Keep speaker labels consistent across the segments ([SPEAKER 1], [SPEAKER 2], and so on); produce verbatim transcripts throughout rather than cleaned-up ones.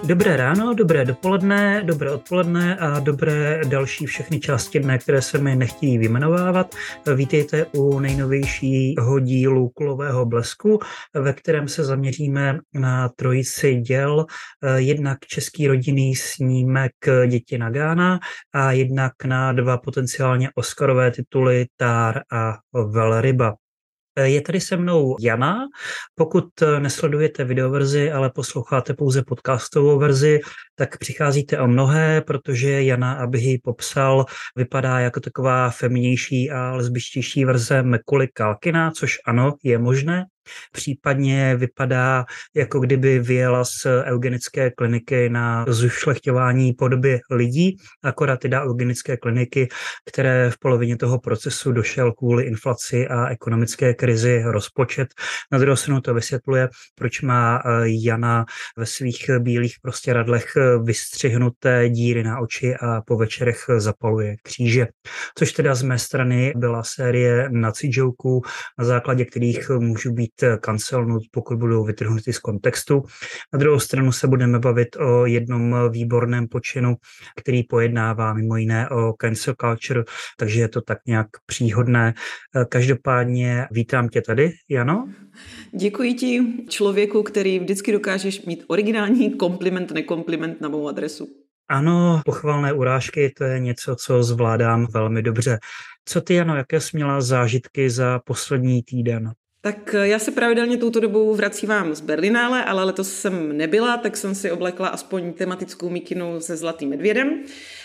[SPEAKER 1] Dobré ráno, dobré dopoledne, dobré odpoledne a dobré další všechny části dne, které se mi nechtějí vyjmenovávat. Vítejte u nejnovějšího dílu Kulového blesku, ve kterém se zaměříme na trojici děl, jednak český rodinný snímek Děti na Ghana a jednak na dva potenciálně oscarové tituly Tár a Velryba. Je tady se mnou Jana. Pokud nesledujete videoverzi, ale posloucháte pouze podcastovou verzi, tak přicházíte o mnohé, protože Jana, abych ji popsal, vypadá jako taková femnější a lesbičtější verze Macaulay Culkina, což ano, je možné. Případně vypadá, jako kdyby vyjela z eugenické kliniky na zušlechťování podoby lidí, akorát jde eugenické kliniky, které v polovině toho procesu došel kvůli inflaci a ekonomické krizi rozpočet. Na druhou stranu to vysvětluje, proč má Jana ve svých bílých prostěradlech vystřihnuté díry na oči a po večerech zapaluje kříže. Což teda z mé strany byla série nazi joků, na základě kterých můžu být cancelnut, pokud budou vytrhnuty z kontextu. Na druhou stranu se budeme bavit o jednom výborném počinu, který pojednává mimo jiné o cancel culture, takže je to tak nějak příhodné. Každopádně vítám tě tady, Jano.
[SPEAKER 2] Děkuji ti, člověku, který vždycky dokážeš mít originální kompliment, nekompliment na mou adresu.
[SPEAKER 1] Ano, pochvalné urážky, to je něco, co zvládám velmi dobře. Co ty, Jano, jaké jsi měla zážitky za poslední týden?
[SPEAKER 2] Tak já se pravidelně touto dobou vracívám z Berlinále, ale letos jsem nebyla, tak jsem si oblekla aspoň tematickou mikinu se zlatým medvědem.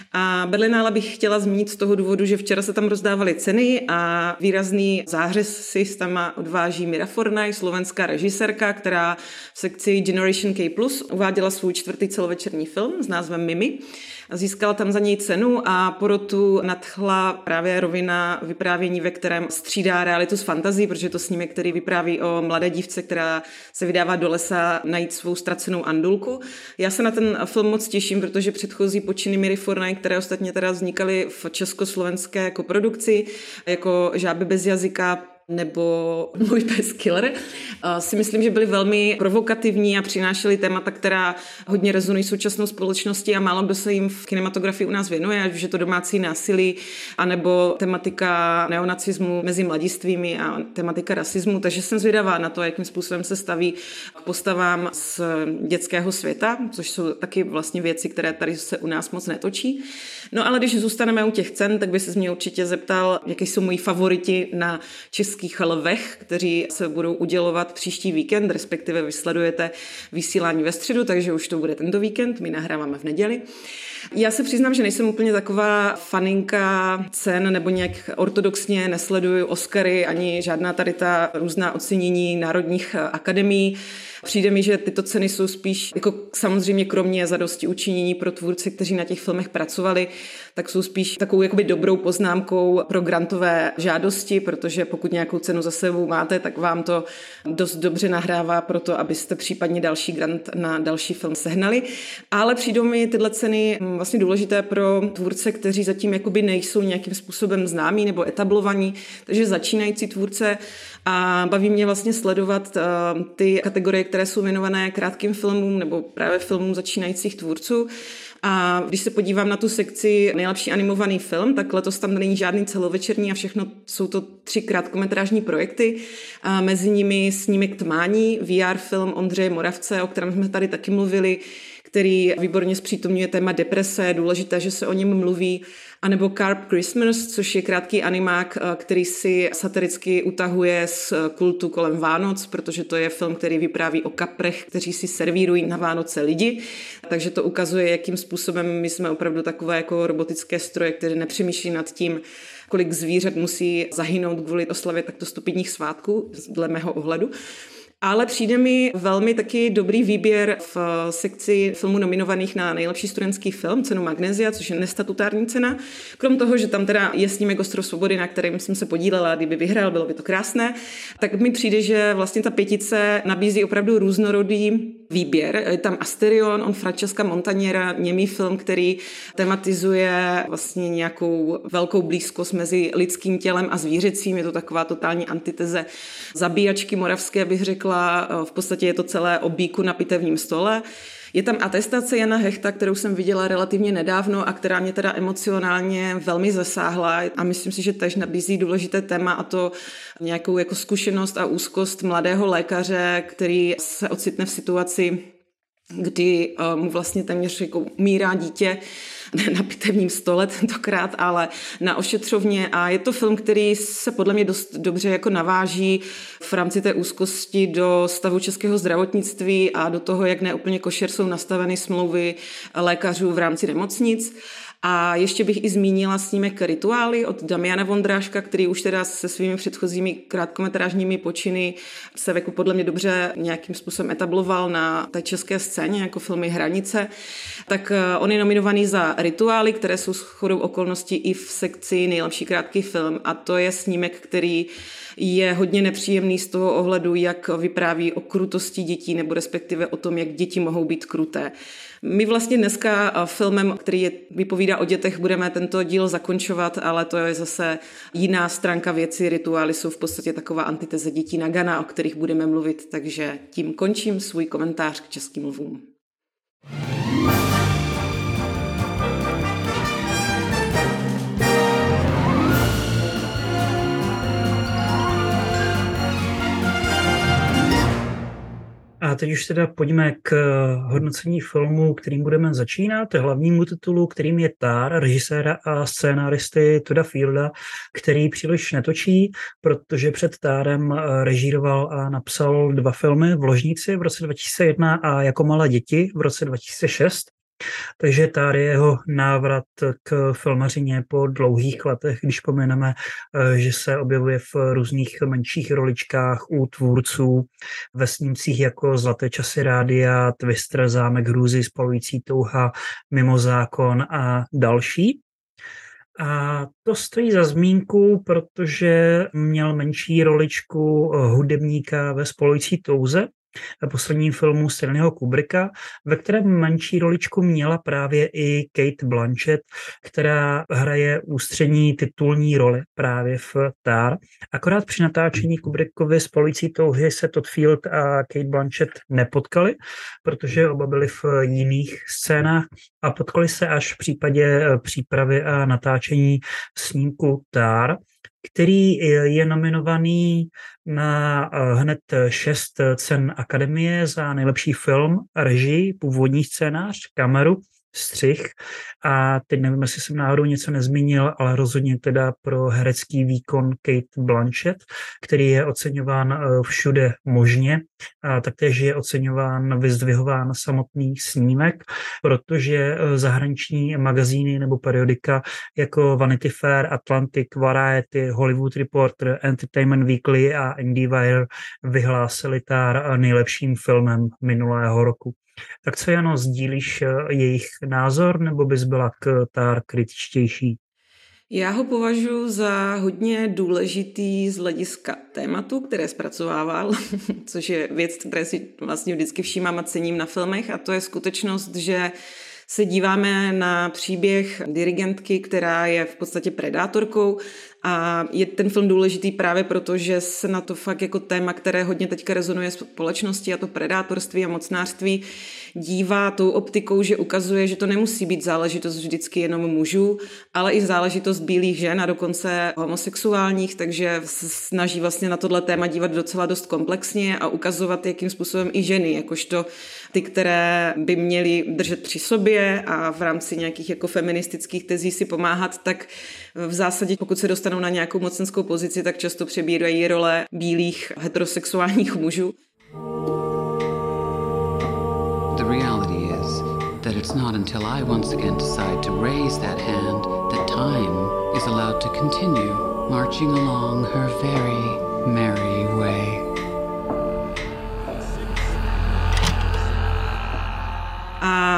[SPEAKER 2] A Berlinále bych chtěla zmínit z toho důvodu, že včera se tam rozdávaly ceny a výrazný zářez si tam odváží Mira Fornaj, slovenská režisérka, která v sekci Generation K plus uváděla svůj čtvrtý celovečerní film s názvem Mimi. Získala tam za něj cenu a porotu nadchla právě rovina vyprávění, ve kterém střídá realitu s fantazí, protože to snímek, který vypráví o mladé dívce, která se vydává do lesa najít svou ztracenou andulku. Já se na ten film moc těším, protože předchozí počiny Miry Fornaj, které ostatně teda vznikaly v československé koprodukci, jako Žáby bez jazyka, nebo Můj pes Killer, si myslím, že byly velmi provokativní a přinášely témata, která hodně rezonují současnou společnosti a málo kdo se jim v kinematografii u nás věnuje, ať už je to domácí násilí, anebo tematika neonacismu mezi mladistvými a tematika rasismu, takže jsem zvědavá na to, jakým způsobem se staví k postavám z dětského světa, což jsou taky vlastně věci, které tady se u nás moc netočí. No ale když zůstaneme u těch cen, tak by se mě určitě zeptal, jaké jsou moji favoriti na českých lvech, kteří se budou udělovat příští víkend, respektive vysledujete vysílání ve středu, takže už to bude tento víkend, my nahráváme v neděli. Já se přiznám, že nejsem úplně taková faninka cen nebo nějak ortodoxně nesleduju Oscary ani žádná tady ta různá ocenění národních akademií. Přijde mi, že tyto ceny jsou spíš, jako samozřejmě kromě zadosti učinění pro tvůrce, kteří na těch filmech pracovali, tak jsou spíš takovou jakoby dobrou poznámkou pro grantové žádosti, protože pokud nějakou cenu za sebou máte, tak vám to dost dobře nahrává pro to, abyste případně další grant na další film sehnali. Ale přijdou mi tyhle ceny vlastně důležité pro tvůrce, kteří zatím jakoby nejsou nějakým způsobem známí nebo etablovaní, takže začínající tvůrce a baví mě vlastně sledovat uh, ty kategorie, které jsou věnované krátkým filmům nebo právě filmům začínajících tvůrců. A když se podívám na tu sekci nejlepší animovaný film, tak letos tam není žádný celovečerní a všechno jsou to tři krátkometrážní projekty. A mezi nimi Snímek tmání, V R film Ondřeje Moravce, o kterém jsme tady taky mluvili, který výborně zpřítomňuje téma deprese, je důležité, že se o něm mluví, anebo Carp Christmas, což je krátký animák, který si satiricky utahuje z kultu kolem Vánoc, protože to je film, který vypráví o kaprech, kteří si servírují na Vánoce lidi, takže to ukazuje, jakým způsobem my jsme opravdu takové jako robotické stroje, které nepřemýšlí nad tím, kolik zvířat musí zahynout kvůli oslavě takto stupidních svátků, dle mého ohledu. Ale přijde mi velmi taky dobrý výběr v sekci filmů nominovaných na nejlepší studentský film, cenu Magnesia, což je nestatutární cena. Krom toho, že tam teda je snímek Ostrov svobody, na kterým jsem se podílela, kdyby vyhrál, bylo by to krásné, tak mi přijde, že vlastně ta pětice nabízí opravdu různorodý výběr. Je tam Asterion, on Francesca Montaniera, němý film, který tematizuje vlastně nějakou velkou blízkost mezi lidským tělem a zvířecím. Je to taková totální antiteze zabíjačky moravské, bych řekla. V podstatě je to celé o býku na pitevním stole. Je tam Atestace Jana Hechta, kterou jsem viděla relativně nedávno a která mě teda emocionálně velmi zasáhla a myslím si, že tež nabízí důležité téma a to nějakou jako zkušenost a úzkost mladého lékaře, který se ocitne v situaci, kdy mu vlastně téměř jako umírá dítě na pitevním stole tentokrát, ale na ošetřovně a je to film, který se podle mě dost dobře jako naváží v rámci té úzkosti do stavu českého zdravotnictví a do toho, jak neúplně košer jsou nastaveny smlouvy lékařů v rámci nemocnic. A ještě bych i zmínila snímek Rituály od Damiana Vondráška, který už teda se svými předchozími krátkometrážními počiny se jako podle mě dobře nějakým způsobem etabloval na té české scéně jako filmy Hranice. Tak on je nominovaný za Rituály, které jsou shodou okolností i v sekci nejlepší krátký film a to je snímek, který je hodně nepříjemný z toho ohledu, jak vypráví o krutosti dětí nebo respektive o tom, jak děti mohou být kruté. My vlastně dneska filmem, který je, vypovídá o dětech, budeme tento díl zakončovat, ale to je zase jiná stránka věci. Rituály jsou v podstatě taková antiteze dětí Nagana, o kterých budeme mluvit, takže tím končím svůj komentář k českým lvům.
[SPEAKER 1] A teď už teda pojďme k hodnocení filmu, kterým budeme začínat, hlavnímu titulu, kterým je Tar, režiséra a scénáristy Todda Fielda, který příliš netočí, protože před Tarem režíroval a napsal dva filmy v Ložnici v roce dva tisíce jedna a Jako malé děti v roce dva tisíce šest. Takže Tar je jeho návrat k filmařině po dlouhých letech, když pomeneme, že se objevuje v různých menších roličkách u tvůrců ve snímcích jako Zlaté časy rádia, Twister, Zámek hrůzy, Spalující touha, Mimo zákon a další. A to stojí za zmínku, protože měl menší roličku hudebníka ve Spalující touze, v posledním filmu Stanleyho Kubricka, ve kterém menší roličku měla právě i Cate Blanchett, která hraje ústřední titulní roli právě v Tar. Akorát při natáčení Kubrickovy Spalující touhy se Todd Field a Cate Blanchett nepotkali, protože oba byli v jiných scénách a potkali se až v případě přípravy a natáčení snímku Tar, který je nominovaný na hned šest cen Akademie za nejlepší film, režii, původní scénář, kameru, střih a teď nevím, jestli jsem náhodou něco nezmínil, ale rozhodně teda pro herecký výkon Cate Blanchett, který je oceňován všude možně a taktéž je oceňován, vyzdvihován samotný snímek, protože zahraniční magazíny nebo periodika jako Vanity Fair, Atlantic, Variety, Hollywood Reporter, Entertainment Weekly a IndieWire vyhlásili Tar nejlepším filmem minulého roku. Tak co, Jano, sdílíš jejich názor, nebo bys byla k Tar kritičtější?
[SPEAKER 2] Já ho považuji za hodně důležitý z hlediska tématu, které zpracovával, což je věc, které si vlastně vždycky všímám a cením na filmech, a to je skutečnost, že se díváme na příběh dirigentky, která je v podstatě predátorkou a je ten film důležitý právě proto, že se na to fakt jako téma, které hodně teďka rezonuje společnosti, a to predátorství a mocnářství, dívá tou optikou, že ukazuje, že to nemusí být záležitost vždycky jenom mužů, ale i záležitost bílých žen a dokonce homosexuálních, takže se snaží vlastně na tohle téma dívat docela dost komplexně a ukazovat, jakým způsobem i ženy, jakožto ty, které by měly držet při sobě a v rámci nějakých jako feministických tezí si pomáhat, tak v zásadě, pokud se dostanou na nějakou mocenskou pozici, tak často přebírají role bílých heterosexuálních mužů. The reality is that it's not until I once again decide to raise that hand that time is allowed to continue marching along her very merry way. A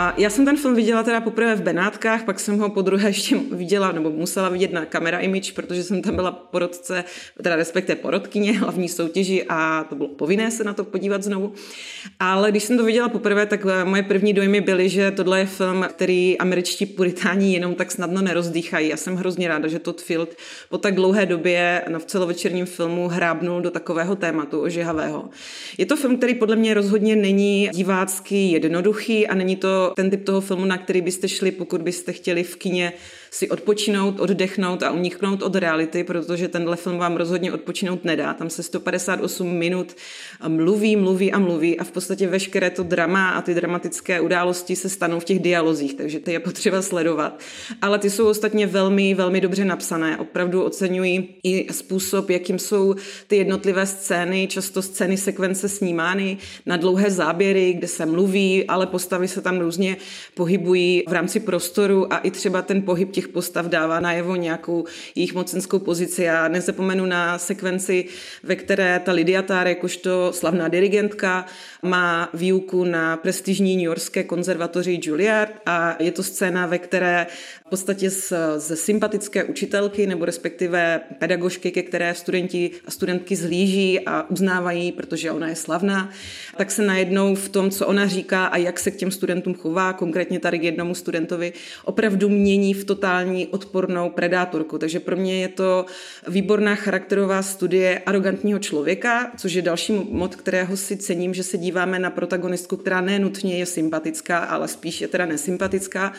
[SPEAKER 2] A já jsem ten film viděla teda poprvé v Benátkách, pak jsem ho podruhé ještě viděla, nebo musela vidět na Camera Image, protože jsem tam byla porotce, teda respektive porotkyně hlavní soutěži a to bylo povinné se na to podívat znovu. Ale když jsem to viděla poprvé, tak moje první dojmy byly, že tohle je film, který američtí puritáni jenom tak snadno nerozdýchají. Já jsem hrozně ráda, že Todd Field po tak dlouhé době v celovečerním filmu hrábnul do takového tématu ožehavého. Je to film, který podle mě rozhodně není divácky jednoduchý a není to ten typ toho filmu, na který byste šli, pokud byste chtěli v kině si odpočinout, oddechnout a uniknout od reality, protože tenhle film vám rozhodně odpočinout nedá. Tam se sto padesát osm minut mluví, mluví a mluví a v podstatě veškeré to drama a ty dramatické události se stanou v těch dialozích, takže ty je potřeba sledovat. Ale ty jsou ostatně velmi, velmi dobře napsané. Opravdu oceňuji i způsob, jakým jsou ty jednotlivé scény, často scény sekvence snímány na dlouhé záběry, kde se mluví, ale postavy se tam různě pohybují v rámci prostoru a i třeba ten pohyb těch postav dává najevo nějakou jejich mocenskou pozici. Já nezapomenu na sekvenci, ve které ta Lydia Tarr, jakožto slavná dirigentka, má výuku na prestižní newyorské konzervatoři Juilliard a je to scéna, ve které v podstatě z, ze sympatické učitelky nebo respektive pedagožky, ke které studenti a studentky zhlíží a uznávají, protože ona je slavná, tak se najednou v tom, co ona říká a jak se k těm studentům chová, konkrétně tady k jednomu studentovi, opravdu mění v totální odpornou predátorku. Takže pro mě je to výborná charakterová studie arrogantního člověka, což je další mod, kterého si cením, že se díváme na protagonistku, která nenutně je sympatická, ale spíš je teda nesympatická.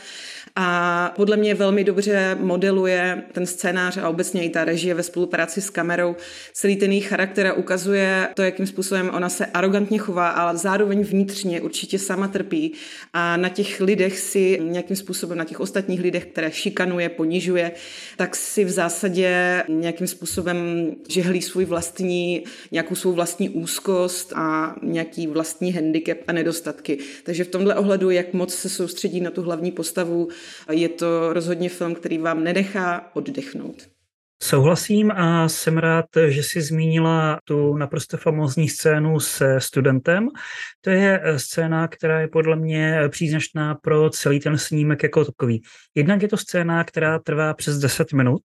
[SPEAKER 2] A podle mě velmi dobře modeluje ten scénář a obecně i ta režie ve spolupráci s kamerou celý ten její charakter a ukazuje to, jakým způsobem ona se arrogantně chová, ale zároveň vnitřně určitě sama trpí a na těch lidech si nějakým způsobem, na těch ostatních lidech, které šikanuje, ponižuje, tak si v zásadě nějakým způsobem žehlí svůj vlastní, nějakou svou vlastní úzkost a nějaký vlastní handicap a nedostatky. Takže v tomhle ohledu, jak moc se soustředí na tu hlavní postavu, je to rozhodně film, který vám nenechá oddechnout.
[SPEAKER 1] Souhlasím a jsem rád, že jsi zmínila tu naprosto famózní scénu se studentem. To je scéna, která je podle mě příznačná pro celý ten snímek jako takový. Jednak je to scéna, která trvá přes deset minut.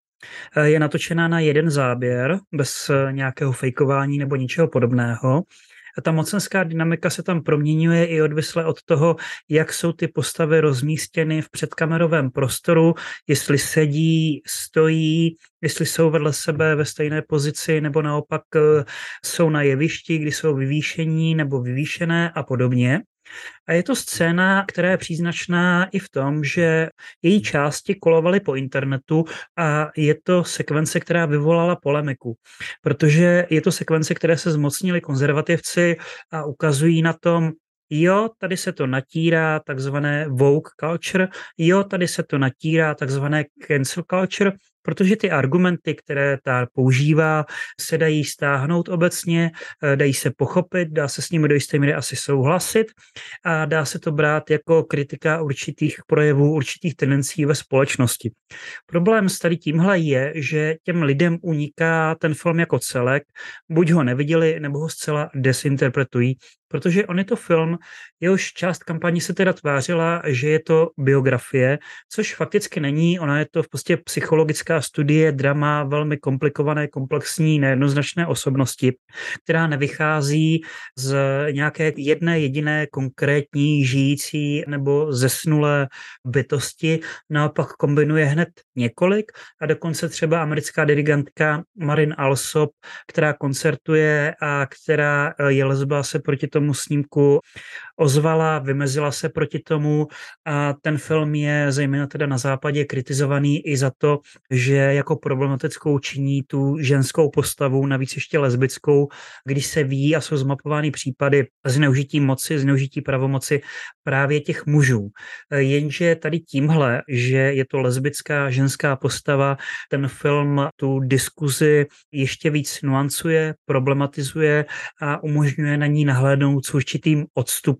[SPEAKER 1] Je natočená na jeden záběr, bez nějakého fejkování nebo ničeho podobného. A ta mocenská dynamika se tam proměňuje i odvisle od toho, jak jsou ty postavy rozmístěny v předkamerovém prostoru, jestli sedí, stojí, jestli jsou vedle sebe ve stejné pozici, nebo naopak jsou na jevišti, kdy jsou vyvýšení nebo vyvýšené a podobně. A je to scéna, která je příznačná i v tom, že její části kolovaly po internetu a je to sekvence, která vyvolala polemiku, protože je to sekvence, které se zmocnili konzervativci a ukazují na tom, jo, tady se to natírá takzvané woke culture, jo, tady se to natírá takzvané cancel culture, protože ty argumenty, které ta používá, se dají stáhnout obecně, dají se pochopit, dá se s nimi do jisté míry asi souhlasit a dá se to brát jako kritika určitých projevů, určitých tendencí ve společnosti. Problém s tady tímhle je, že těm lidem uniká ten film jako celek, buď ho neviděli, nebo ho zcela desinterpretují, protože on je to film, jehož část kampaní se teda tvářila, že je to biografie, což fakticky není, ona je to v podstatě psychologická studie, drama, velmi komplikované, komplexní, nejednoznačné osobnosti, která nevychází z nějaké jedné jediné konkrétní žijící nebo zesnulé bytosti, naopak kombinuje hned několik a dokonce třeba americká dirigentka Marin Alsop, která koncertuje a která je lesba, se proti tomu snímku ozvala, vymezila se proti tomu a ten film je zejména teda na západě kritizovaný i za to, že jako problematickou činí tu ženskou postavu, navíc ještě lesbickou, když se ví a jsou zmapovány případy zneužití moci, zneužití pravomoci právě těch mužů. Jenže tady tímhle, že je to lesbická ženská postava, ten film tu diskuzi ještě víc nuancuje, problematizuje a umožňuje na ní nahlédnout s určitým odstupem.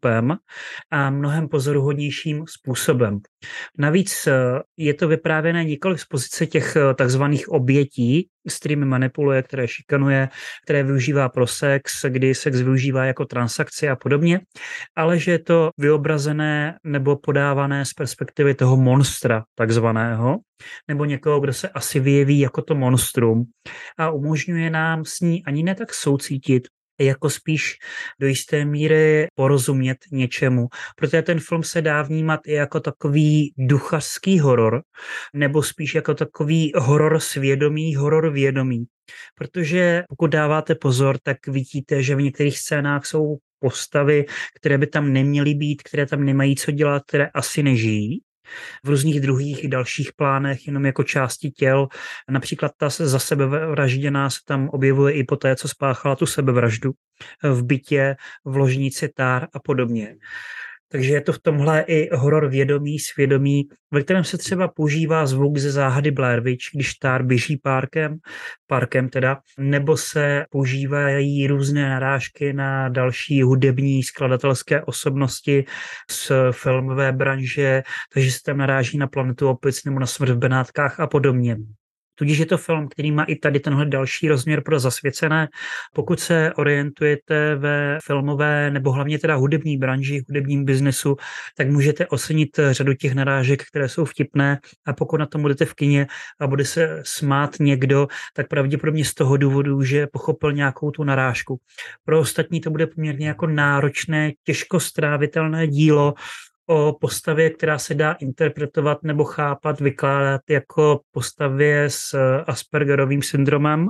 [SPEAKER 1] postupem a mnohem pozoruhodnějším způsobem. Navíc je to vyprávěné nikoliv z pozice těch takzvaných obětí, s kterými manipuluje, které šikanuje, které využívá pro sex, kdy sex využívá jako transakci a podobně, ale že je to vyobrazené nebo podávané z perspektivy toho monstra takzvaného, nebo někoho, kdo se asi vyjeví jako to monstrum a umožňuje nám s ní ani ne tak soucítit, jako spíš do jisté míry porozumět něčemu. Protože ten film se dá vnímat i jako takový duchařský horor, nebo spíš jako takový horor svědomí, horor vědomí. Protože pokud dáváte pozor, tak vidíte, že v některých scénách jsou postavy, které by tam neměly být, které tam nemají co dělat, které asi nežijí. V různých druhých dalších plánech, jenom jako části těl. Například ta za sebevražděná se tam objevuje i po té, co spáchala tu sebevraždu v bytě, v ložnici Tár a podobně. Takže je to v tomhle i horor vědomí, svědomí, ve kterém se třeba používá zvuk ze záhady Blair Witch, když Tár běží parkem, parkem teda, nebo se používají různé narážky na další hudební skladatelské osobnosti z filmové branže, takže se tam naráží na Planetu opic nebo na Smrt v Benátkách a podobně. Tudíž je to film, který má i tady tenhle další rozměr pro zasvěcené. Pokud se orientujete ve filmové nebo hlavně teda hudební branži, hudebním biznesu, tak můžete ocenit řadu těch narážek, které jsou vtipné, a pokud na tom budete v kině a bude se smát někdo, tak pravděpodobně z toho důvodu, že pochopil nějakou tu narážku. Pro ostatní to bude poměrně jako náročné, těžko strávitelné dílo o postavě, která se dá interpretovat nebo chápat, vykládat jako postavě s Aspergerovým syndromem,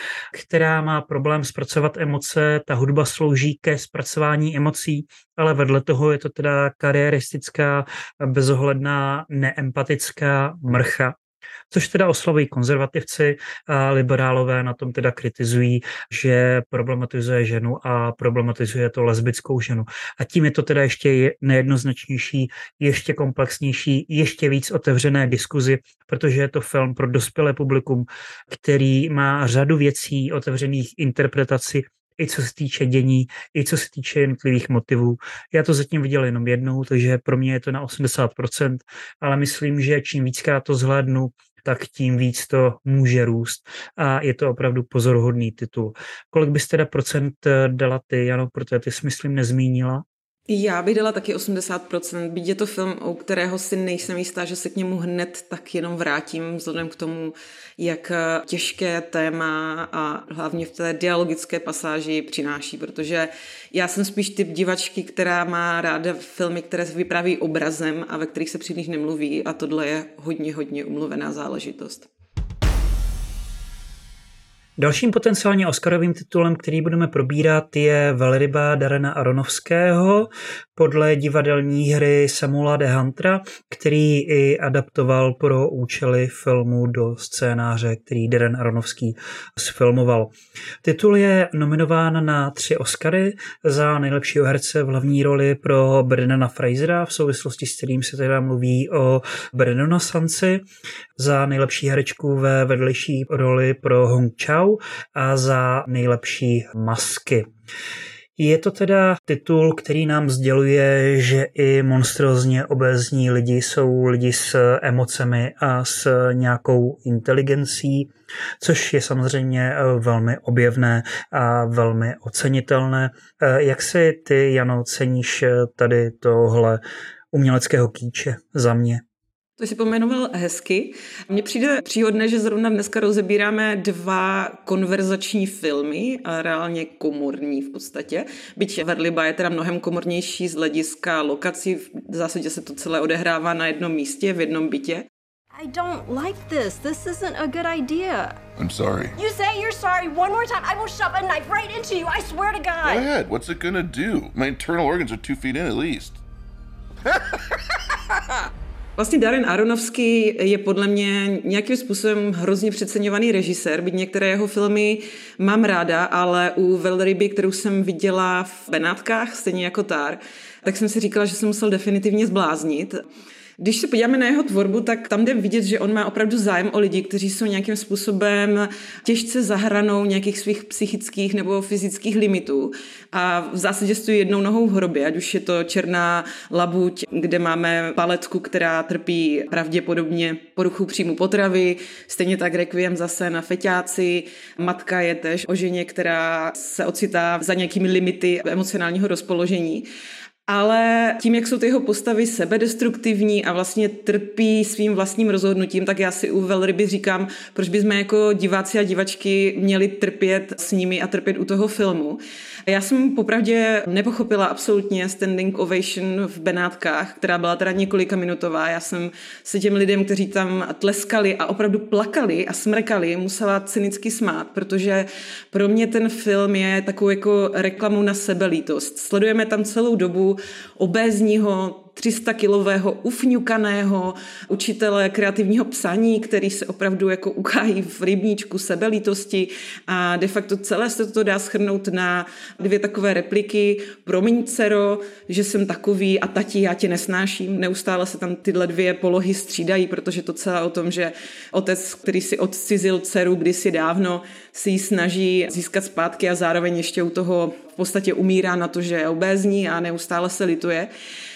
[SPEAKER 1] která má problém zpracovat emoce. Ta hudba slouží ke zpracování emocí, ale vedle toho je to teda kariéristická, bezohledná, neempatická mrcha. Což teda oslovují konzervativci a liberálové na tom teda kritizují, že problematizuje ženu a problematizuje to lesbickou ženu. A tím je to teda ještě nejednoznačnější, ještě komplexnější, ještě víc otevřené diskuzi, protože je to film pro dospělé publikum, který má řadu věcí otevřených interpretaci, i co se týče dění, i co se týče jednotlivých motivů. Já to zatím viděl jenom jednou, takže pro mě je to na osmdesát procent, ale myslím, že čím víckrát to zhlédnu, tak tím víc to může růst a je to opravdu pozoruhodný titul. Kolik bys teda procent dala ty, Jano, protože ty jsi, myslím, nezmínila?
[SPEAKER 2] Já bych dala taky osmdesát procent, byť je to film, u kterého si nejsem jistá, že se k němu hned tak jenom vrátím, vzhledem k tomu, jak těžké téma a hlavně v té dialogické pasáži přináší, protože já jsem spíš typ divačky, která má ráda filmy, které se vypráví obrazem a ve kterých se příliš nemluví, a tohle je hodně, hodně umluvená záležitost.
[SPEAKER 1] Dalším potenciálně oscarovým titulem, který budeme probírat, je Velryba Darrena Aronofského podle divadelní hry Samuela de Huntera, který i adaptoval pro účely filmu do scénáře, který Darren Aronofský sfilmoval. Titul je nominován na tři Oscary za nejlepšího herce v hlavní roli pro Brendana Frasera, v souvislosti s kterým se teda mluví o Brendana Sansi, za nejlepší herečku ve vedlejší roli pro Hong Chau a za nejlepší masky. Je to teda titul, který nám sděluje, že i monstrózně obézní lidi jsou lidi s emocemi a s nějakou inteligencí, což je samozřejmě velmi objevné a velmi ocenitelné. Jak si ty, Jano, ceníš tady tohle uměleckého kýče za mě?
[SPEAKER 2] To jsi pojmenoval hezky. Mně přijde příhodné, že zrovna dneska rozebíráme dva konverzační filmy, a reálně komorní v podstatě. Byť Velryba je teda mnohem komornější z hlediska lokací, v zásadě se to celé odehrává na jednom místě, v jednom bytě.
[SPEAKER 3] I don't like this. This isn't a good idea.
[SPEAKER 4] I'm sorry.
[SPEAKER 3] You say you're sorry one more time, I will shove a knife right into you. I swear to God.
[SPEAKER 4] Go ahead. What's it gonna do? My internal organs are two feet in at least.
[SPEAKER 2] Vlastně Darren Aronofsky je podle mě nějakým způsobem hrozně přeceňovaný režisér, byť některé jeho filmy mám ráda, ale u Velryby, kterou jsem viděla v Benátkách, stejně jako Tár, tak jsem si říkala, že jsem musel definitivně zbláznit. Když se podíváme na jeho tvorbu, tak tam jde vidět, že on má opravdu zájem o lidi, kteří jsou nějakým způsobem těžce za hranou nějakých svých psychických nebo fyzických limitů a v zásadě stojí jednou nohou v hrobě, ať už je to Černá labuť, kde máme Paletku, která trpí pravděpodobně poruchu příjmu potravy, stejně tak Requiem zase na Feťáci, Matka je též o ženě, která se ocitá za nějakými limity emocionálního rozpoložení. Ale tím, jak jsou ty jeho postavy sebedestruktivní a vlastně trpí svým vlastním rozhodnutím, tak já si u Velryby říkám, proč bychom jako diváci a divačky měli trpět s nimi a trpět u toho filmu. Já jsem popravdě nepochopila absolutně standing ovation v Benátkách, která byla teda několika minutová. Já jsem se těm lidem, kteří tam tleskali a opravdu plakali a smrkali, musela cynicky smát, protože pro mě ten film je takovou jako reklamu na sebelítost. Sledujeme tam celou dobu obézního, tři sta kilového, ufňukaného učitele kreativního psaní, který se opravdu jako ukájí v rybníčku sebelítosti a de facto celé se to dá shrnout na dvě takové repliky. Promiň, dcero, že jsem takový a tati, já tě nesnáším. Neustále se tam tyhle dvě polohy střídají, protože to celé o tom, že otec, který si odcizil dceru kdysi dávno, si ji snaží získat zpátky a zároveň ještě u toho v podstatě umírá na to, že je obézní a neustále se lituje.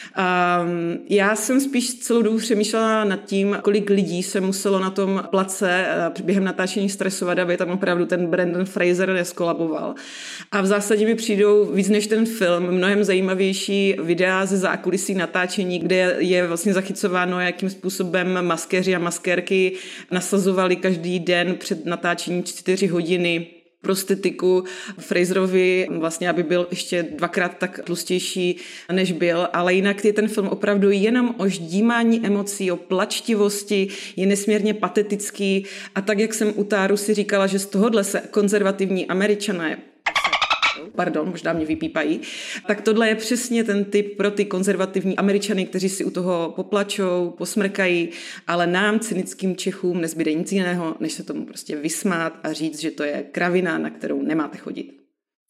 [SPEAKER 2] Um, já jsem spíš celou dobu přemýšlela nad tím, kolik lidí se muselo na tom place během natáčení stresovat, aby tam opravdu ten Brendan Fraser neskolaboval. A v zásadě mi přijdou víc než ten film mnohem zajímavější videa ze zákulisí natáčení, kde je vlastně zachycováno, jakým způsobem maskéři a maskérky nasazovali každý den před natáčením čtyři hodiny prostetiku Fraserovi, vlastně, aby byl ještě dvakrát tak tlustější, než byl, ale jinak je ten film opravdu jenom o ždímání emocí, o plačtivosti, je nesmírně patetický a tak, jak jsem u Táru si říkala, že z tohohle se konzervativní Američané pardon, možná mě vypípají, tak tohle je přesně ten typ pro ty konzervativní Američany, kteří si u toho poplačou, posmrkají, ale nám, cynickým Čechům, nezbyde nic jiného, než se tomu prostě vysmát a říct, že to je kravina, na kterou nemáte chodit.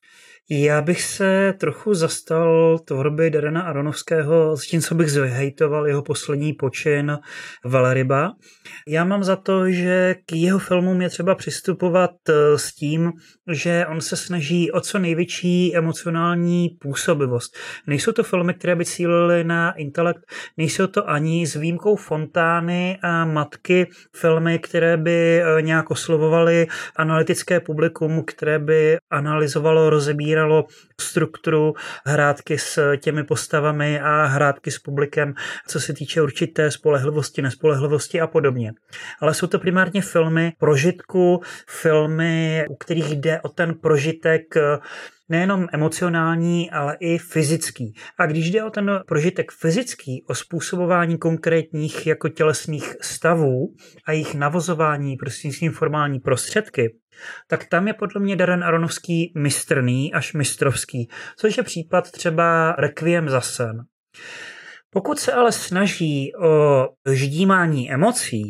[SPEAKER 1] Já bych se trochu zastal tvorby Darrena Aronofského, s tím, co bych zhejtoval jeho poslední počin Velryba. Já mám za to, že k jeho filmům je třeba přistupovat s tím, že on se snaží o co největší emocionální působivost. Nejsou to filmy, které by cílily na intelekt, nejsou to ani s výjimkou Fontány a Matky filmy, které by nějak oslovovaly analytické publikum, které by analyzovalo, rozebíralo strukturu, hrátky s těmi postavami a hrátky s publikem, co se týče určité spolehlivosti, nespolehlivosti a podobně. Ale jsou to primárně filmy prožitku, filmy, u kterých jde o ten prožitek nejenom emocionální, ale i fyzický. A když jde o ten prožitek fyzický, o způsobování konkrétních jako tělesných stavů a jejich navozování prostřednictvím formální prostředky, tak tam je podle mě Darren Aronofský mistrný až mistrovský, což je případ třeba Requiem za sen. Pokud se ale snaží o ždímání emocí,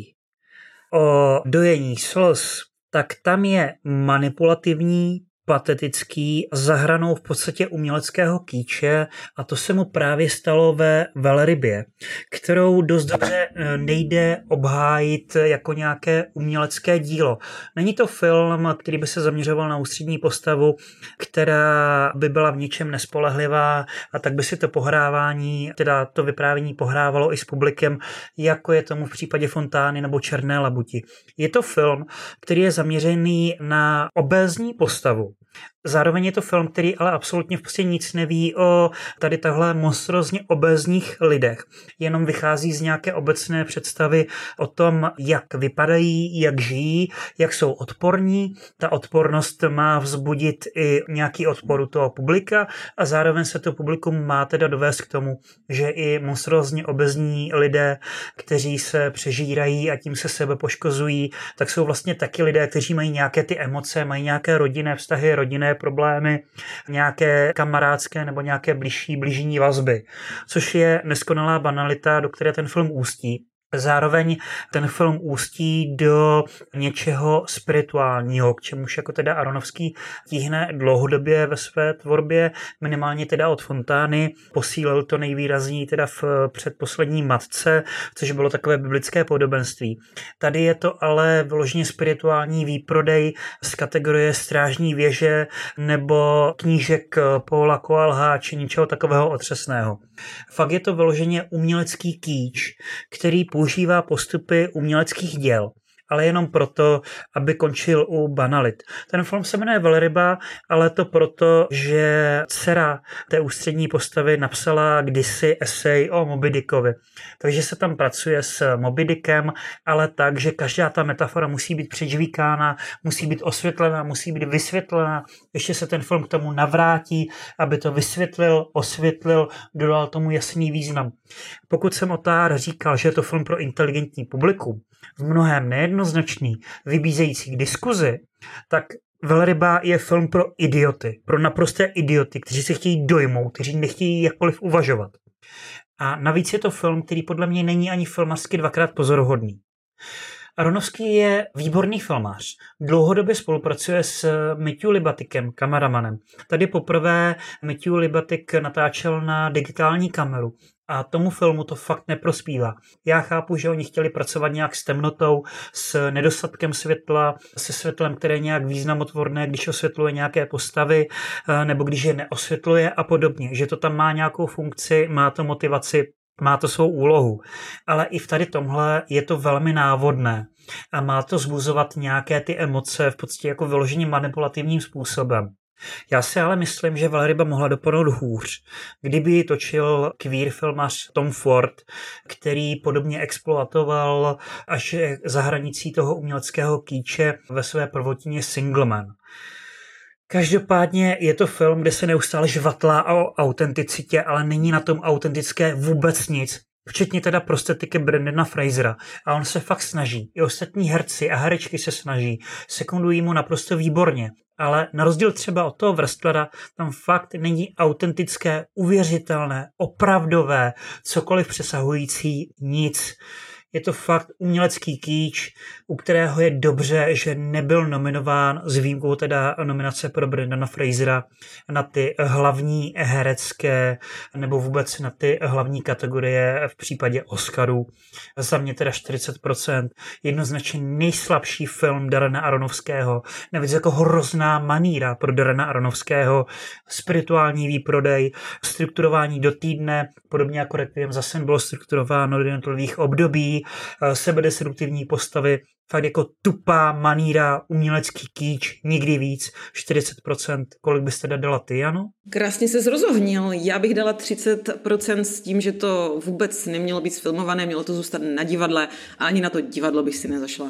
[SPEAKER 1] o dojení slz, tak tam je manipulativní, patetický, za hranou v podstatě uměleckého kýče a to se mu právě stalo ve Velrybě, kterou dost dobře nejde obhájit jako nějaké umělecké dílo. Není to film, který by se zaměřoval na ústřední postavu, která by byla v ničem nespolehlivá a tak by si to pohrávání, teda to vyprávění pohrávalo i s publikem, jako je tomu v případě Fontány nebo Černé labuti. Je to film, který je zaměřený na obézní postavu. Zároveň je to film, který ale absolutně v podstatě nic neví o tady tahle monstrozně obézních lidech. Jenom vychází z nějaké obecné představy o tom, jak vypadají, jak žijí, jak jsou odporní. Ta odpornost má vzbudit i nějaký odpor u toho publika a zároveň se to publikum má teda dovést k tomu, že i monstrozně obézní lidé, kteří se přežírají a tím se sebe poškozují, tak jsou vlastně taky lidé, kteří mají nějaké ty emoce, mají nějaké rodinné vztahy, rodinné problémy, nějaké kamarádské nebo nějaké bližší, bližní vazby, což je neskonalá banalita, do které ten film ústí. Zároveň ten film ústí do něčeho spirituálního, k čemuž jako teda Aronofský tíhne dlouhodobě ve své tvorbě, minimálně teda od Fontány. Posílil to nejvýrazněji teda v Předposlední matce, což bylo takové biblické podobenství. Tady je to ale vyloženě spirituální výprodej z kategorie Strážní věže nebo knížek Paula Coelha či něčeho takového otřesného. Fakt je to vyloženě umělecký kýč, který používá postupy uměleckých děl, ale jenom proto, aby končil u banalit. Ten film se jmenuje Velryba, ale to proto, že dcera té ústřední postavy napsala kdysi esej o Moby Dickovi. Takže se tam pracuje s Moby Dickem, ale tak, že každá ta metafora musí být přežvíkána, musí být osvětlena, musí být vysvětlena. Ještě se ten film k tomu navrátí, aby to vysvětlil, osvětlil, dodal tomu jasný význam. Pokud jsem Otár říkal, že je to film pro inteligentní publikum, v mnohém nejednoznačný, vybízející k diskuzi, tak Velryba je film pro idioty, pro naprosté idioty, kteří se chtějí dojmout, kteří nechtějí jakkoliv uvažovat. A navíc je to film, který podle mě není ani filmařsky dvakrát pozoruhodný. Aronofský je výborný filmář. Dlouhodobě spolupracuje s Matthew Libatikem, kameramanem. Tady poprvé Matthew Libatik natáčel na digitální kameru a tomu filmu to fakt neprospívá. Já chápu, že oni chtěli pracovat nějak s temnotou, s nedostatkem světla, se světlem, které je nějak významotvorné, když osvětluje nějaké postavy, nebo když je neosvětluje a podobně. Že to tam má nějakou funkci, má to motivaci, má to svou úlohu. Ale i v tady tomhle je to velmi návodné a má to zbuzovat nějaké ty emoce v podstatě jako vyloženě manipulativním způsobem. Já si ale myslím, že Velryba mohla dopadnout hůř, kdyby ji točil queer filmař Tom Ford, který podobně exploatoval až za hranicí toho uměleckého kýče ve své prvotině Singleman. Každopádně je to film, kde se neustále žvatlá o autenticitě, ale není na tom autentické vůbec nic. Včetně teda prostetiky Brendana Frasera. A on se fakt snaží. I ostatní herci a herečky se snaží. Sekundují mu naprosto výborně. Ale na rozdíl třeba od toho wrestlera, tam fakt není autentické, uvěřitelné, opravdové, cokoliv přesahující nic. Je to fakt umělecký kýč, u kterého je dobře, že nebyl nominován s výjimkou teda nominace pro Brendana Frasera na ty hlavní herecké nebo vůbec na ty hlavní kategorie v případě Oscarů. Za mě teda čtyřicet procent. Jednoznačně nejslabší film Darrena Aronofského. Navíc jako hrozná maníra pro Darrena Aronofského. Spirituální výprodej, strukturování do týdne, podobně jako Requiem za sen bylo strukturováno do jednotlivých období, sebedestruktivní postavy, fakt jako tupá maníra, umělecký kýč, nikdy víc, čtyřicet procent. Kolik byste dala ty, Jano?
[SPEAKER 2] Krásně se zrozohnil. Já bych dala třicet procent s tím, že to vůbec nemělo být sfilmované, mělo to zůstat na divadle a ani na to divadlo bych si nezašla.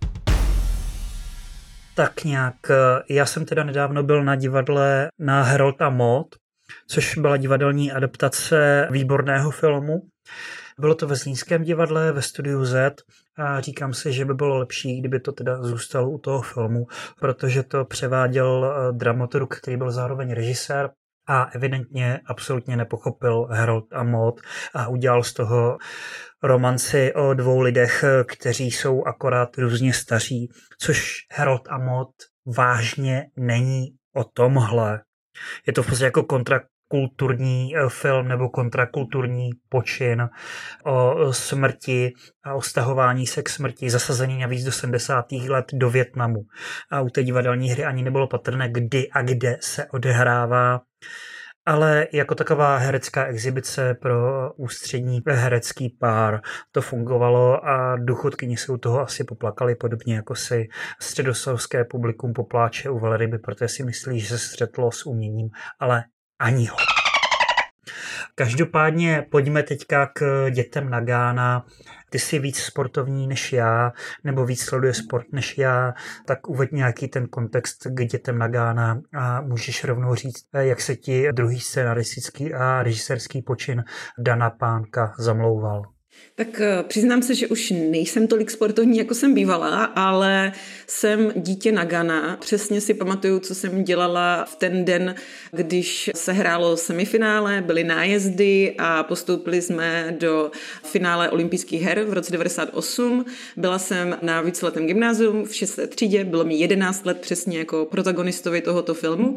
[SPEAKER 1] Tak nějak. Já jsem teda nedávno byl na divadle na Harold a Maude, což byla divadelní adaptace výborného filmu. Bylo to ve Zlínském divadle, ve Studiu Z a říkám si, že by bylo lepší, kdyby to teda zůstalo u toho filmu, protože to převáděl dramaturg, který byl zároveň režisér a evidentně absolutně nepochopil Harold a Maude a udělal z toho romanci o dvou lidech, kteří jsou akorát různě staří, což Harold a Maude vážně není o tomhle. Je to v podstatě jako kontra kulturní film nebo kontrakulturní počin o smrti a o stahování se k smrti, zasazený navíc do sedmdesátých let do Vietnamu. A u té divadelní hry ani nebylo patrné, kdy a kde se odehrává. Ale jako taková herecká exibice pro ústřední herecký pár to fungovalo a důchodkyni se u toho asi poplakali, podobně jako si středosavské publikum popláče u Velryby, protože si myslí, že se střetlo s uměním, ale ani ho. Každopádně pojďme teďka k dětem Nagána. Ty jsi víc sportovní než já, nebo víc sleduje sport než já, tak uveď nějaký ten kontext k dětem Nagána a můžeš rovnou říct, jak se ti druhý scénaristický a režisérský počin Dana Pánka zamlouval.
[SPEAKER 2] Tak přiznám se, že už nejsem tolik sportovní, jako jsem bývala, ale jsem dítě Nagana. Přesně si pamatuju, co jsem dělala v ten den, když se hrálo semifinále, byly nájezdy a postoupili jsme do finále olympijských her v roce devadesát osm. Byla jsem na víceletém gymnázium v šesté třídě, bylo mi jedenáct let přesně jako protagonistovi tohoto filmu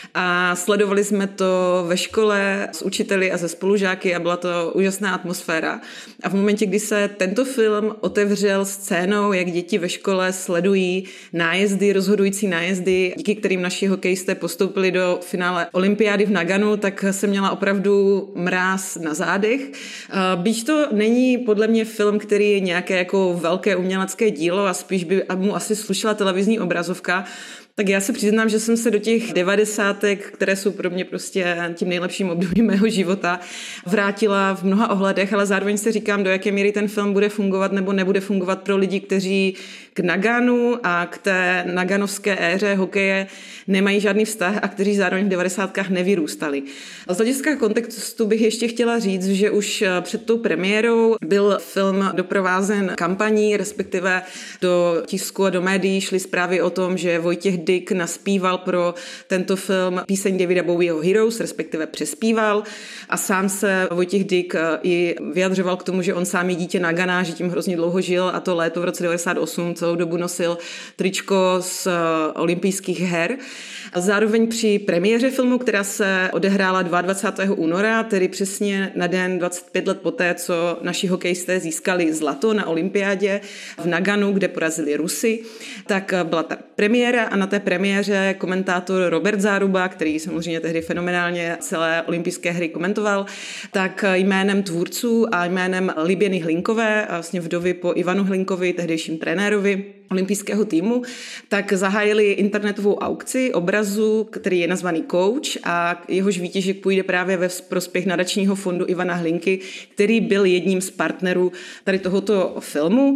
[SPEAKER 2] a sledovali jsme to ve škole s učiteli a se spolužáky a byla to úžasná atmosféra. A v momentě, kdy se tento film otevřel scénou, jak děti ve škole sledují nájezdy, rozhodující nájezdy, díky kterým naši hokejisté postoupili do finále olympiády v Naganu, tak jsem měla opravdu mráz na zádech. Byť to není podle mě film, který je nějaké jako velké umělecké dílo a spíš by mu asi slušela televizní obrazovka, tak já se přiznám, že jsem se do těch devadesátek, které jsou pro mě prostě tím nejlepším obdobím mého života, vrátila v mnoha ohledech, ale zároveň si říkám, do jaké míry ten film bude fungovat nebo nebude fungovat pro lidi, kteří k Naganu a k té naganovské éře hokeje nemají žádný vztah a kteří zároveň v devadesátkách nevyrůstali. Z hlediska kontextu bych ještě chtěla říct, že už před tou premiérou byl film doprovázen kampaní, respektive do tisku a do médií šly zprávy o tom, že Vojtěch Dyk naspíval pro tento film píseň Davida Bowieho Heroes, respektive přespíval a sám se Vojtěch Dyk i vyjadřoval k tomu, že on sám je dítě Nagana, že tím hrozně dlouho žil a to léto v roce devadesát osm celou dobu nosil tričko z olympijských her. A zároveň při premiéře filmu, která se odehrála dvacátého druhého února, tedy přesně na den dvacet pět let poté, co naši hokejisté získali zlato na olympiádě v Naganu, kde porazili Rusy, tak byla ta premiéra a na té premiéře komentátor Robert Záruba, který samozřejmě tehdy fenomenálně celé olympijské hry komentoval, tak jménem tvůrců a jménem Liběny Hlinkové, vlastně vdovy po Ivanu Hlinkovi, tehdejším trenérovi olympijského týmu, tak zahájili internetovou aukci obrazu, který je nazvaný Coach a jehož výtěžek půjde právě ve prospěch nadačního fondu Ivana Hlinky, který byl jedním z partnerů tady tohoto filmu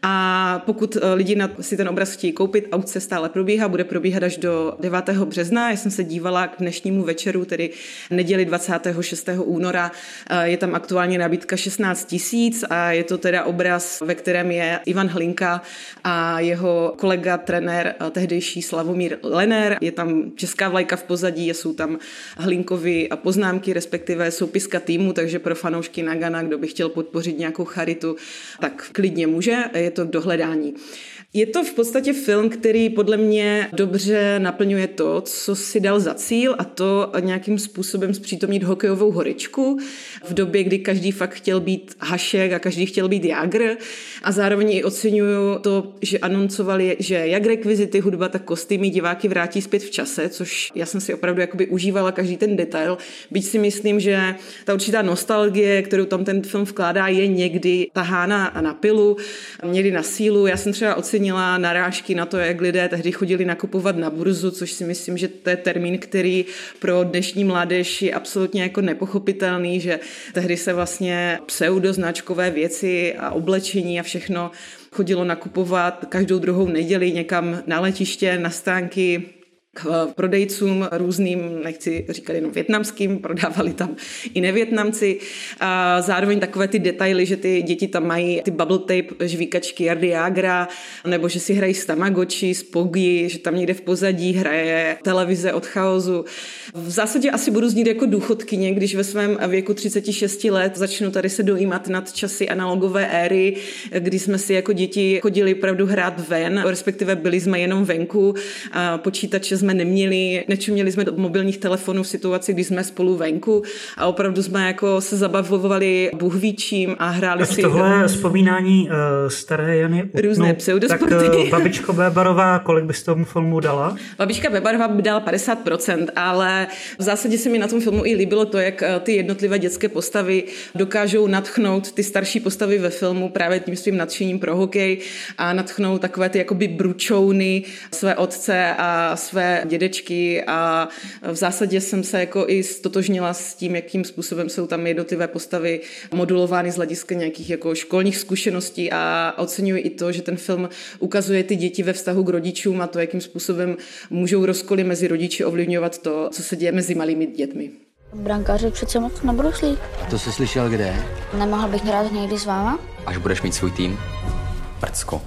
[SPEAKER 2] a pokud lidi si ten obraz chtějí koupit, aukce stále probíhá, bude probíhat až do devátého března. Já jsem se dívala k dnešnímu večeru, tedy neděli dvacátého šestého února, je tam aktuálně nabídka šestnáct tisíc a je to teda obraz, ve kterém je Ivan Hlinka a jeho kolega, trenér, tehdejší Slavomír Lener, je tam česká vlajka v pozadí, jsou tam Hlinkovy poznámky, respektive soupiska týmu, takže pro fanoušky Nagana, kdo by chtěl podpořit nějakou charitu, tak klidně může, je to k dohledání. Je to v podstatě film, který podle mě dobře naplňuje to, co si dal za cíl a to nějakým způsobem zpřítomnit hokejovou horečku v době, kdy každý fakt chtěl být Hašek a každý chtěl být Jágr a zároveň i oceňuju to, že anoncovali, že jak rekvizity, hudba, tak kostýmy diváky vrátí zpět v čase, což já jsem si opravdu jakoby užívala každý ten detail, byť si myslím, že ta určitá nostalgie, kterou tam ten film vkládá, je někdy tahána na pilu, někdy na sílu. Já jsem třeba ocenila narážky na to, jak lidé tehdy chodili nakupovat na burzu, což si myslím, že to je termín, který pro dnešní mládež je absolutně jako nepochopitelný, že tehdy se vlastně pseudoznačkové věci a oblečení a všechno chodilo nakupovat každou druhou neděli někam na letiště, na stánky, k prodejcům různým, nechci říkat jenom vietnamským, prodávali tam i nevietnamci. A zároveň takové ty detaily, že ty děti tam mají ty bubble tape žvíkačky Jardy Jágra, nebo že si hrají s Tamagotchi, s Pogi, že tam někde v pozadí hraje televize od Chaosu. V zásadě asi budu znít jako důchodkyně, když ve svém věku třicet šest let začnu tady se dojímat nad časy analogové éry, kdy jsme si jako děti chodili opravdu hrát ven, respektive byli jsme jenom venku, a počítače jsme neměli, nečuměli jsme do mobilních telefonů v situaci, kdy jsme spolu venku a opravdu jsme jako se zabavovali Bůh ví čím a hráli
[SPEAKER 1] tak
[SPEAKER 2] si...
[SPEAKER 1] Tohle vzpomínání uh, staré Jany Utnu,
[SPEAKER 2] různé pseudosporty.
[SPEAKER 1] Tak uh, babičko Bébarová, kolik bys tomu filmu dala?
[SPEAKER 2] Babička Bébarová by dala padesát procent, ale v zásadě se mi na tom filmu i líbilo to, jak ty jednotlivé dětské postavy dokážou nadchnout ty starší postavy ve filmu právě tím svým nadšením pro hokej a nadchnout takové ty jakoby bručouny své otce a své dědečky a v zásadě jsem se jako i stotožnila s tím, jakým způsobem jsou tam jednotlivé postavy modulovány z hlediska nějakých jako školních zkušeností a oceňuji i to, že ten film ukazuje ty děti ve vztahu k rodičům a to, jakým způsobem můžou rozkoly mezi rodiči ovlivňovat to, co se děje mezi malými dětmi.
[SPEAKER 5] Brankáři přece moc nebruslí.
[SPEAKER 6] A to jsi slyšel kde?
[SPEAKER 5] Nemohl bych hrát někdy s váma?
[SPEAKER 6] Až budeš mít svůj tým? Prcko.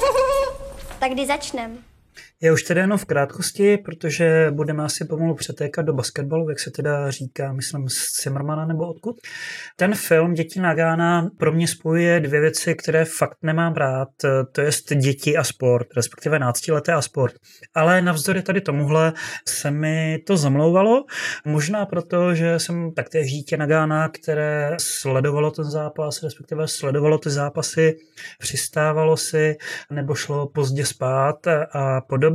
[SPEAKER 3] Tak kdy začnem?
[SPEAKER 1] Je už tedy jenom v krátkosti, protože budeme asi pomalu přetékat do basketbalu, jak se teda říká, myslím z Zimmermana nebo odkud. Ten film Děti Nagána pro mě spojuje dvě věci, které fakt nemám rád, to jest děti a sport, respektive náctileté a sport. Ale navzdory tady tomuhle se mi to zamlouvalo, možná proto, že jsem taktéž dítě Nagána, které sledovalo ten zápas, respektive sledovalo ty zápasy, přistávalo si nebo šlo pozdě spát a podobně.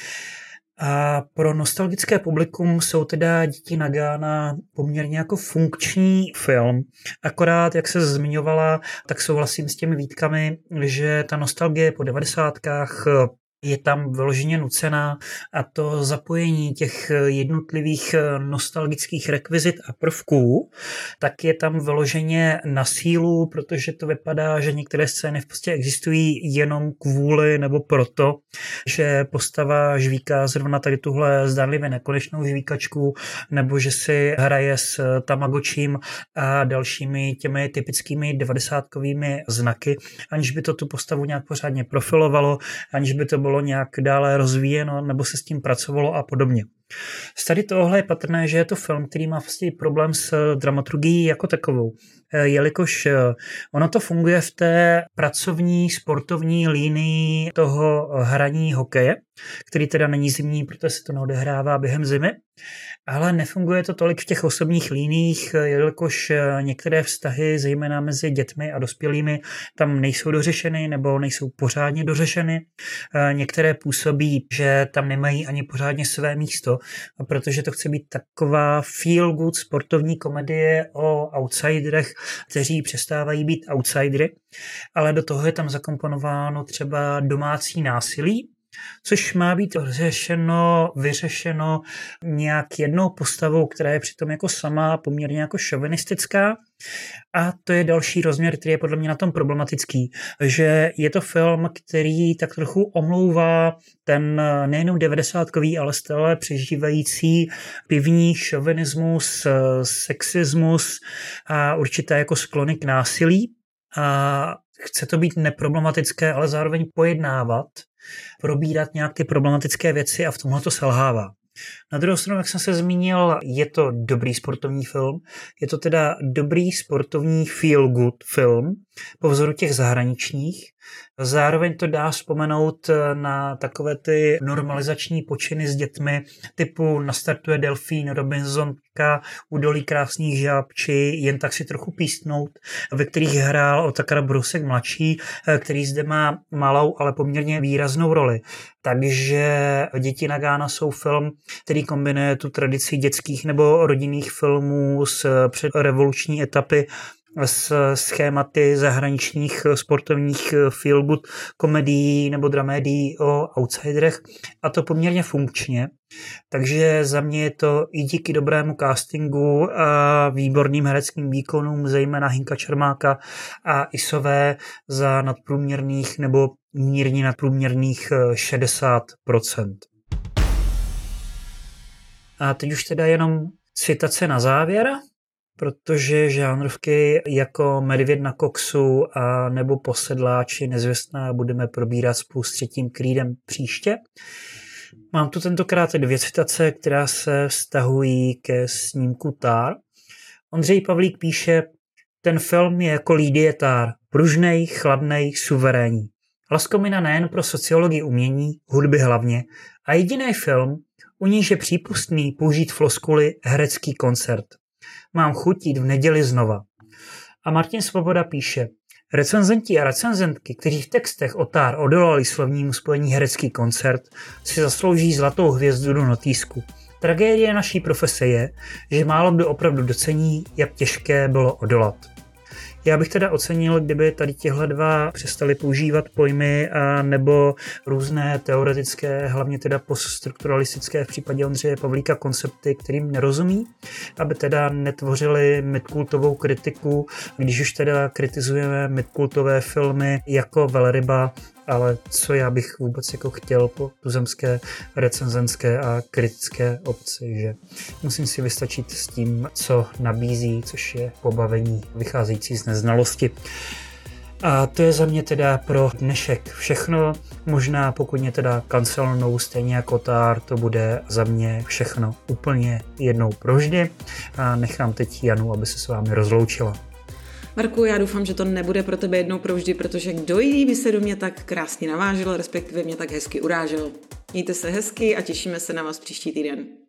[SPEAKER 1] A pro nostalgické publikum jsou teda Děti Nagána poměrně jako funkční film. Akorát, jak se zmiňovala, tak souhlasím s těmi výtkami, že ta nostalgie po devadesátkách je tam vyloženě nucená a to zapojení těch jednotlivých nostalgických rekvizit a prvků, tak je tam vyloženě na sílu, protože to vypadá, že některé scény v podstatě existují jenom kvůli nebo proto, že postava žvíká zrovna tady tuhle zdánlivě nekonečnou žvíkačku, nebo že si hraje s Tamagotchím a dalšími těmi typickými devadesátkovými znaky, aniž by to tu postavu nějak pořádně profilovalo, aniž by to bylo nějak dále rozvíjeno nebo se s tím pracovalo a podobně. Z tady tohle je patrné, že je to film, který má vlastně problém s dramaturgií jako takovou, jelikož ono to funguje v té pracovní sportovní línii toho hraní hokeje, který teda není zimní, protože se to neodehrává během zimy, ale nefunguje to tolik v těch osobních líních, jelikož některé vztahy, zejména mezi dětmi a dospělými, tam nejsou dořešeny nebo nejsou pořádně dořešeny. Některé působí, že tam nemají ani pořádně své místo, protože to chce být taková feel good sportovní komedie o outsiderech, kteří přestávají být outsidery, ale do toho je tam zakomponováno třeba domácí násilí, což má být řešeno, vyřešeno nějak jednou postavou, která je přitom jako sama poměrně jako šovinistická. A to je další rozměr, který je podle mě na tom problematický, že je to film, který tak trochu omlouvá ten nejenom devadesátkový, ale stále přežívající pivní šovinismus, sexismus a určité jako sklony k násilí. A chce to být neproblematické, ale zároveň pojednávat, probírat nějak ty problematické věci a v tomhle to selhává. Na druhou stranu, jak jsem se zmínil, je to dobrý sportovní film. Je to teda dobrý sportovní feel-good film po vzoru těch zahraničních. Zároveň to dá vzpomenout na takové ty normalizační počiny s dětmi typu Nastartuje delfín, Robinsonka, Údolí krásných žáb či Jen tak si trochu pístnout, ve kterých hrál Otakar Brousek mladší, který zde má malou, ale poměrně výraznou roli. Takže Děti Nagána jsou film, který kombinuje tu tradici dětských nebo rodinných filmů z předrevoluční etapy s schématy zahraničních sportovních feel-good komedií nebo dramédií o outsiderech a to poměrně funkčně. Takže za mě je to i díky dobrému castingu a výborným hereckým výkonům, zejména Hinka Čermáka a Isové za nadprůměrných nebo mírně nadprůměrných šedesát procent. A teď už teda jenom citace na závěr, protože žánrovky jako Medvěd na koksu a nebo Posedláči nezvěstná budeme probírat spolu s Třetím Creedem příště. Mám tu tentokrát dvě citace, která se vztahují ke snímku Tár. Ondřej Pavlík píše, ten film je jako Lydie Tár, pružnej, chladnej, suverénní. Laskomina nejen pro sociologii umění, hudby hlavně, a jediný film, u níž je přípustný použít floskuly herecký koncert. Mám chuť jít v neděli znova. A Martin Svoboda píše, recenzenti a recenzentky, kteří v textech o Tár odolali slovnímu spojení herecký koncert, si zaslouží zlatou hvězdu do notýsku. Tragédie naší profese je, že málo kdo opravdu docení, jak těžké bylo odolat. Já bych teda ocenil, kdyby tady těhle dva přestali používat pojmy a nebo různé teoretické, hlavně teda poststrukturalistické v případě Ondřeje Pavlíka koncepty, kterým nerozumí, aby teda netvořili midkultovou kritiku, když už teda kritizujeme midkultové filmy jako Velryba ale co já bych vůbec jako chtěl po tuzemské recenzenské a kritické obci, že musím si vystačit s tím, co nabízí, což je pobavení vycházející z neznalosti. A to je za mě teda pro dnešek všechno. Možná pokud mě teda cancelnou stejně jako Tár, to bude za mě všechno úplně jednou provždy. A nechám teď Janu, aby se s vámi rozloučila.
[SPEAKER 2] Marku, já doufám, že to nebude pro tebe jednou provždy, protože kdo jiný by se do mě tak krásně navážel, respektive mě tak hezky urážel. Mějte se hezky a těšíme se na vás příští týden.